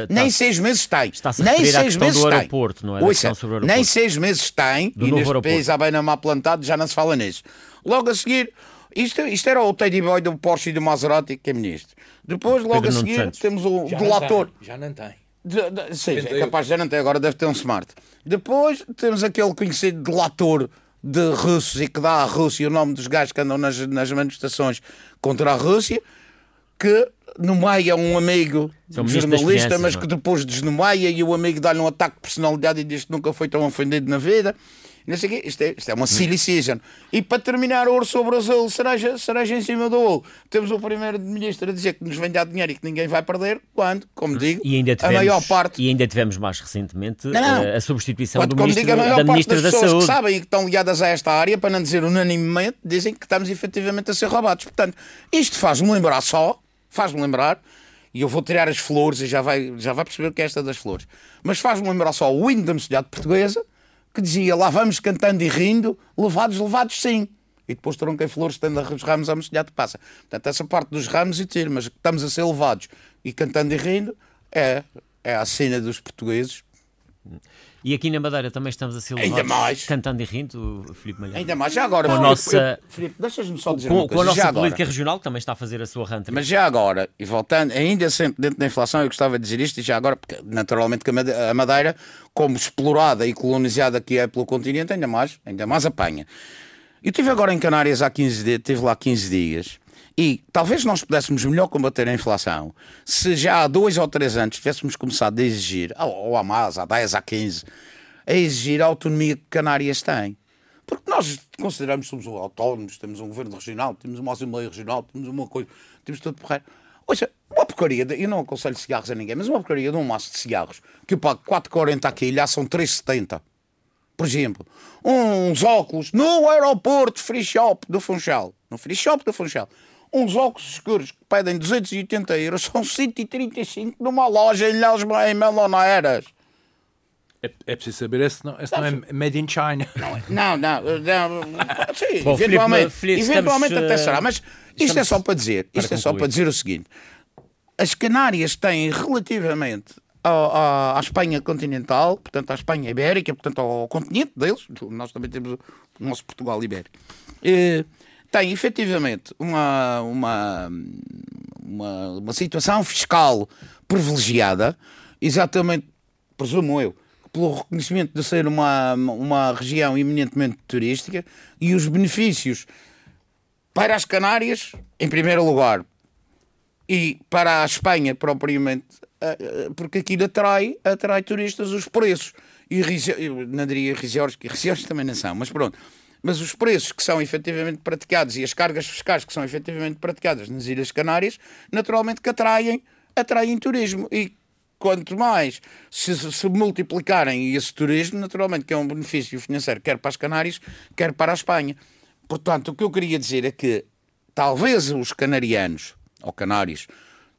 6 meses tem. Está-se a referir à questão do aeroporto, não é? Nem 6 meses tem, e neste país há bem não mal plantado, já não se fala nisso. Logo a seguir, isto era o Teddy Boy do Porsche e do Maserati, que é ministro. Depois, logo a seguir, temos o delator. Já não tem. Sim, é capaz de já não ter, agora deve ter um smart. Depois temos aquele conhecido delator de russos e que dá à Rússia o nome dos gajos que andam nas manifestações contra a Rússia, que nomeia um amigo jornalista, mas que depois desnomeia e o amigo dá-lhe um ataque de personalidade e diz que nunca foi tão ofendido na vida. Não sei o quê. Isto é uma silly season. E para terminar, ouro sobre azul, cereja em cima do olho. Temos o primeiro-ministro a dizer que nos vem dar dinheiro e que ninguém vai perder, quando, como digo, a maior parte... E ainda tivemos mais recentemente a substituição da Ministra da Saúde. Saúde. Que sabem e que estão ligadas a esta área, para não dizer unanimemente, dizem que estamos efetivamente a ser roubados. Portanto, isto faz-me lembrar, e eu vou tirar as flores e já vai perceber o que é esta das flores, mas faz-me lembrar só o hino da Mocidade Portuguesa, que dizia, lá vamos cantando e rindo, levados sim. E depois tronquei flores, estando os ramos à Mocidade passa. Portanto, essa parte dos ramos e tiro, mas estamos a ser levados e cantando e rindo, é a cena dos portugueses. E aqui na Madeira também estamos a ser levados, ainda mais, cantando e rindo, Filipe Malheiro. Ainda mais, já agora. Filipe, deixas-me só dizer uma coisa. Com a nossa já política agora, regional, que também está a fazer a sua ranta. Mas já agora, e voltando, ainda sempre dentro da inflação, eu gostava de dizer isto, e já agora, porque naturalmente que a Madeira, como explorada e colonizada que é pelo continente, ainda mais apanha. Eu estive agora em Canárias há 15 dias, estive lá 15 dias, e talvez nós pudéssemos melhor combater a inflação se já há 2 ou 3 anos tivéssemos começado a exigir, ou há mais, há 10, há 15, a exigir a autonomia que Canárias tem. Porque nós consideramos que somos autónomos, temos um governo regional, temos uma Assembleia Regional, temos uma coisa, temos tudo porreiro. Ouça, uma porcaria, eu não aconselho cigarros a ninguém, mas uma porcaria de um maço de cigarros, que eu pago 4,40 aqui, lá são 3,70. Por exemplo, uns óculos no aeroporto Free Shop do Funchal, no Free Shop do Funchal, uns óculos escuros que pedem 280 euros, são 135 numa loja em Meloneras. É preciso saber, esse não é made in China. Não. Sim, Bom, eventualmente estamos, até será. Mas isto é só para dizer. Isto é só para dizer o seguinte. As Canárias têm relativamente à Espanha continental, portanto à Espanha ibérica, portanto ao continente deles, nós também temos o nosso Portugal ibérico, tem efetivamente uma situação fiscal privilegiada, exatamente, presumo eu, pelo reconhecimento de ser uma região eminentemente turística, e os benefícios para as Canárias, em primeiro lugar, e para a Espanha propriamente, porque aquilo atrai turistas, os preços, e eu não diria irrisórios, que irrisórios também não são, mas pronto, mas os preços que são efetivamente praticados e as cargas fiscais que são efetivamente praticadas nas Ilhas Canárias, naturalmente que atraem turismo, e quanto mais se multiplicarem esse turismo, naturalmente que é um benefício financeiro quer para as Canárias, quer para a Espanha. Portanto, o que eu queria dizer é que talvez os canarianos ou canários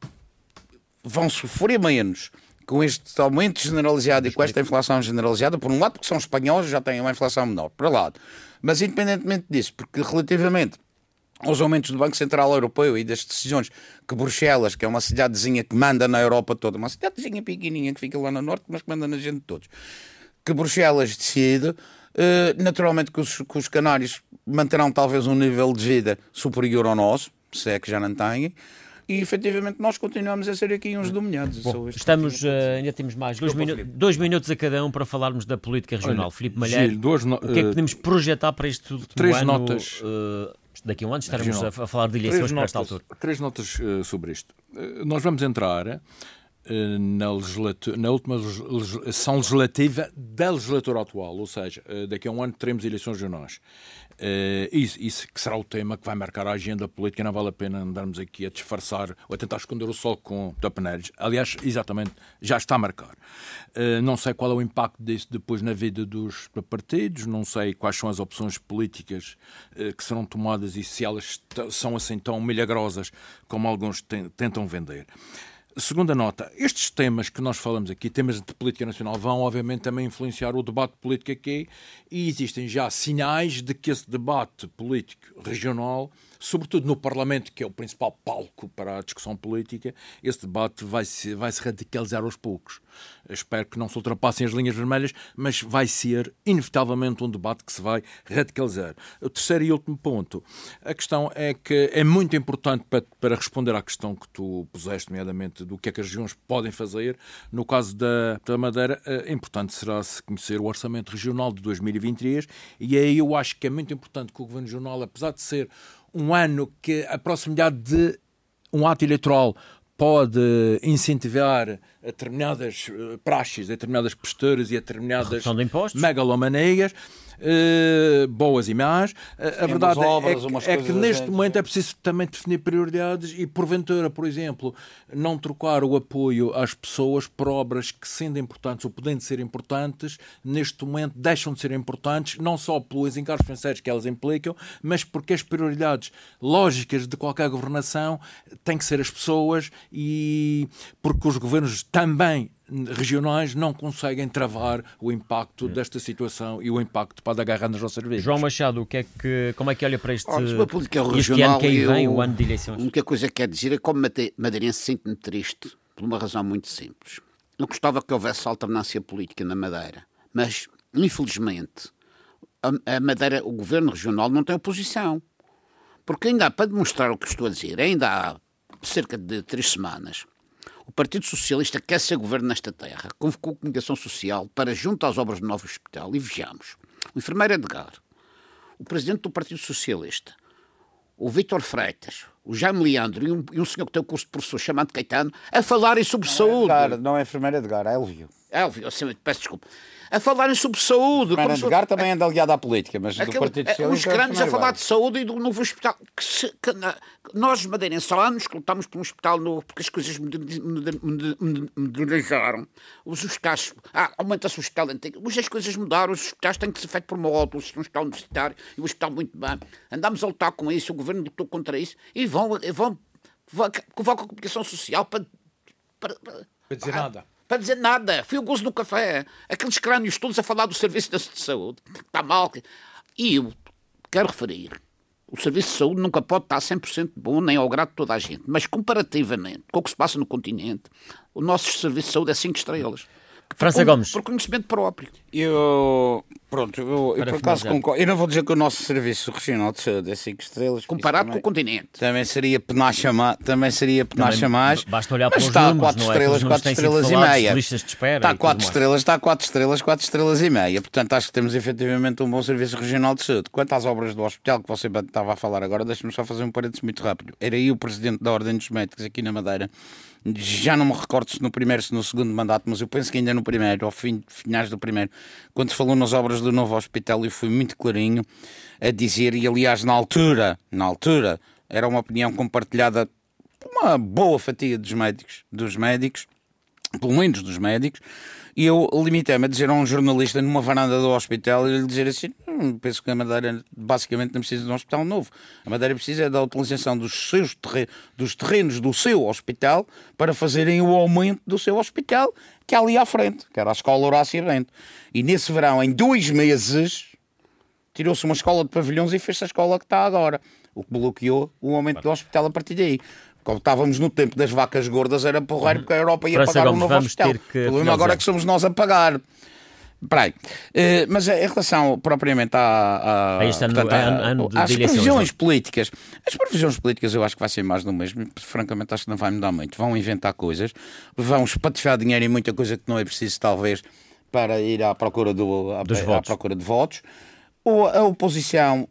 vão sofrer menos com este aumento generalizado e com esta inflação generalizada, por um lado, porque são espanhóis, já têm uma inflação menor, por lado. Mas independentemente disso, porque relativamente aos aumentos do Banco Central Europeu e das decisões que Bruxelas, que é uma cidadezinha que manda na Europa toda, uma cidadezinha pequenininha que fica lá no norte, mas que manda na gente de todos, que Bruxelas decide, naturalmente que os canários manterão talvez um nível de vida superior ao nosso, se é que já não têm, e efetivamente nós continuamos a ser aqui uns dominados. Bom, ainda temos mais 2 minutos a cada um para falarmos da política regional. Olha, Filipe Malheiro, o que é que podemos projetar para este último ano? Notas. Daqui a um ano estaremos a falar de eleições para esta altura. 3 notas sobre isto. Nós vamos entrar na última sessão legislativa da legislatura atual, ou seja, daqui a um ano teremos eleições regionais. Isso que será o tema que vai marcar a agenda política. Não vale a pena andarmos aqui a disfarçar ou a tentar esconder o sol com tapaneiros. Aliás, exatamente, já está a marcar. Não sei qual é o impacto disso depois na vida dos partidos, não sei quais são as opções políticas que serão tomadas e se elas são assim tão milagrosas como alguns tentam vender. Segunda nota, estes temas que nós falamos aqui, temas de política nacional, vão obviamente também influenciar o debate político aqui, e existem já sinais de que esse debate político regional, sobretudo no Parlamento, que é o principal palco para a discussão política, esse debate vai se radicalizar aos poucos. Eu espero que não se ultrapassem as linhas vermelhas, mas vai ser inevitavelmente um debate que se vai radicalizar. O terceiro e último ponto, a questão é que é muito importante para responder à questão que tu puseste, nomeadamente do que é que as regiões podem fazer. No caso da Madeira, importante será-se conhecer o Orçamento Regional de 2023, e aí eu acho que é muito importante que o Governo Regional, apesar de ser um ano que a proximidade de um ato eleitoral pode incentivar a determinadas praxes, a determinadas posturas e a determinadas megalomanias, boas e más. A verdade é que neste momento é preciso também definir prioridades e, porventura, por exemplo, não trocar o apoio às pessoas por obras que, sendo importantes ou podendo ser importantes, neste momento deixam de ser importantes, não só pelos encargos financeiros que elas implicam, mas porque as prioridades lógicas de qualquer governação têm que ser as pessoas, e porque os governos também regionais não conseguem travar o impacto desta situação e o impacto que pode agarrar nas nossas vidas. João Machado, como é que olha para este ano que aí vem, o ano de eleições? A única coisa que quer dizer é que, como madeirense, sinto-me triste por uma razão muito simples. Eu gostava que houvesse alternância política na Madeira, mas, infelizmente, a Madeira, o governo regional não tem oposição. Porque ainda há, para demonstrar o que estou a dizer, ainda há cerca de 3 semanas, o Partido Socialista quer ser governo nesta terra, convocou a comunicação social para, junto às obras do novo hospital, e vejamos, o enfermeiro Edgar, o presidente do Partido Socialista, o Vítor Freitas, o Jaime Leandro e um senhor que tem o curso de professor chamado Caetano, a falarem sobre saúde. Não é enfermeiro Edgar, é Elvio. Peço desculpa. A falarem sobre saúde. O Edgar também anda aliado à política, mas do Partido Socialista. Os grandes a falar de saúde e do novo hospital. Nós, madeirenses, que lutamos por um hospital novo, porque as coisas modernizaram. Os hospitais. Aumenta-se o hospital antigo. Mas as coisas mudaram. Os hospitais têm que ser feitos por módulos. Um hospital universitário e um hospital muito bem. Andámos a lutar com isso. O governo lutou contra isso. E vão convocar a comunicação social para dizer nada. para dizer nada. Foi o gozo do café. Aqueles crânios todos a falar do Serviço de Saúde. Está mal. E eu quero referir, o Serviço de Saúde nunca pode estar 100% bom, nem ao grado de toda a gente. Mas comparativamente com o que se passa no continente, o nosso Serviço de Saúde é 5 estrelas. França Gomes. Por conhecimento próprio. Eu por acaso concordo. Eu não vou dizer que o nosso Serviço Regional de Saúde é 5 estrelas. Comparado com o continente. Também seria penacha mais. Basta olhar para mas os está números, 4 não é? estrelas, 4 estrelas e meia. Listas de espera Está 4 estrelas, 4 estrelas e meia. Portanto, acho que temos efetivamente um bom Serviço Regional de Saúde. Quanto às obras do hospital que você estava a falar agora, deixe-me só fazer um parênteses muito rápido. Era aí o Presidente da Ordem dos Médicos aqui na Madeira. Já não me recordo se no primeiro, se no segundo mandato, mas eu penso que ainda no primeiro, ao finais do primeiro, quando se falou nas obras do novo hospital, eu fui muito clarinho a dizer, e aliás na altura, era uma opinião compartilhada por uma boa fatia dos médicos, pelo menos dos médicos, e eu limitei-me a dizer a um jornalista numa varanda do hospital e lhe dizer assim, penso que a Madeira basicamente não precisa de um hospital novo. A Madeira precisa da utilização dos terrenos do seu hospital para fazerem o aumento do seu hospital, que é ali à frente, que era a Escola Horácio Bento. E nesse verão, em 2 meses, tirou-se uma escola de pavilhões e fez-se a escola que está agora, o que bloqueou o aumento do hospital a partir daí. Como estávamos no tempo das vacas gordas, era porreiro porque a Europa ia pagar um novo hospital. O problema agora é que somos nós a pagar. Mas em relação propriamente às previsões políticas, as previsões políticas eu acho que vai ser mais do mesmo. Francamente, acho que não vai mudar muito. Vão inventar coisas, vão espatifar dinheiro em muita coisa que não é preciso, talvez, para ir à procura de votos. A oposição,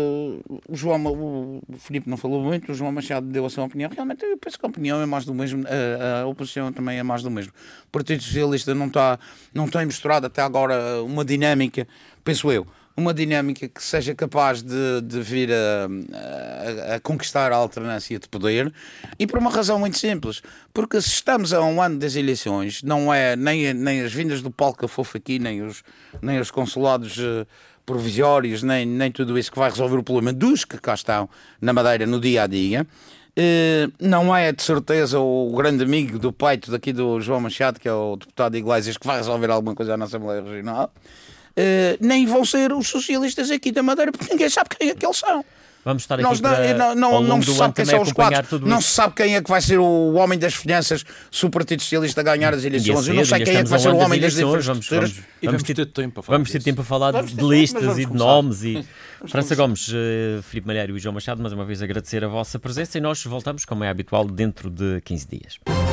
o Filipe não falou muito, o João Machado deu a sua opinião. Realmente, eu penso que a opinião é mais do mesmo, a oposição também é mais do mesmo. O Partido Socialista não tem misturado até agora uma dinâmica, penso eu, uma dinâmica que seja capaz de vir a conquistar a alternância de poder, e por uma razão muito simples, porque se estamos a um ano das eleições, não é nem as vindas do Paulo Cafofo aqui, nem os consulados provisórios, nem tudo isso que vai resolver o problema dos que cá estão na Madeira no dia-a-dia. Não é de certeza o grande amigo do peito daqui do João Machado, que é o deputado de Iglesias, que vai resolver alguma coisa na Assembleia Regional. Nem vão ser os socialistas aqui da Madeira, porque ninguém sabe quem é que eles são. Vamos estar aqui não se sabe quem são os quatro. Não se sabe quem é que vai ser o homem das finanças se o Partido Socialista ganhar as eleições. Eu não sei quem é que vai ser o homem das infraestruturas. Vamos ter tempo a falar de listas e de nomes. França Gomes, Filipe Malheiro e João Machado, mais uma vez agradecer a vossa presença, e nós voltamos, como é habitual, dentro de 15 dias.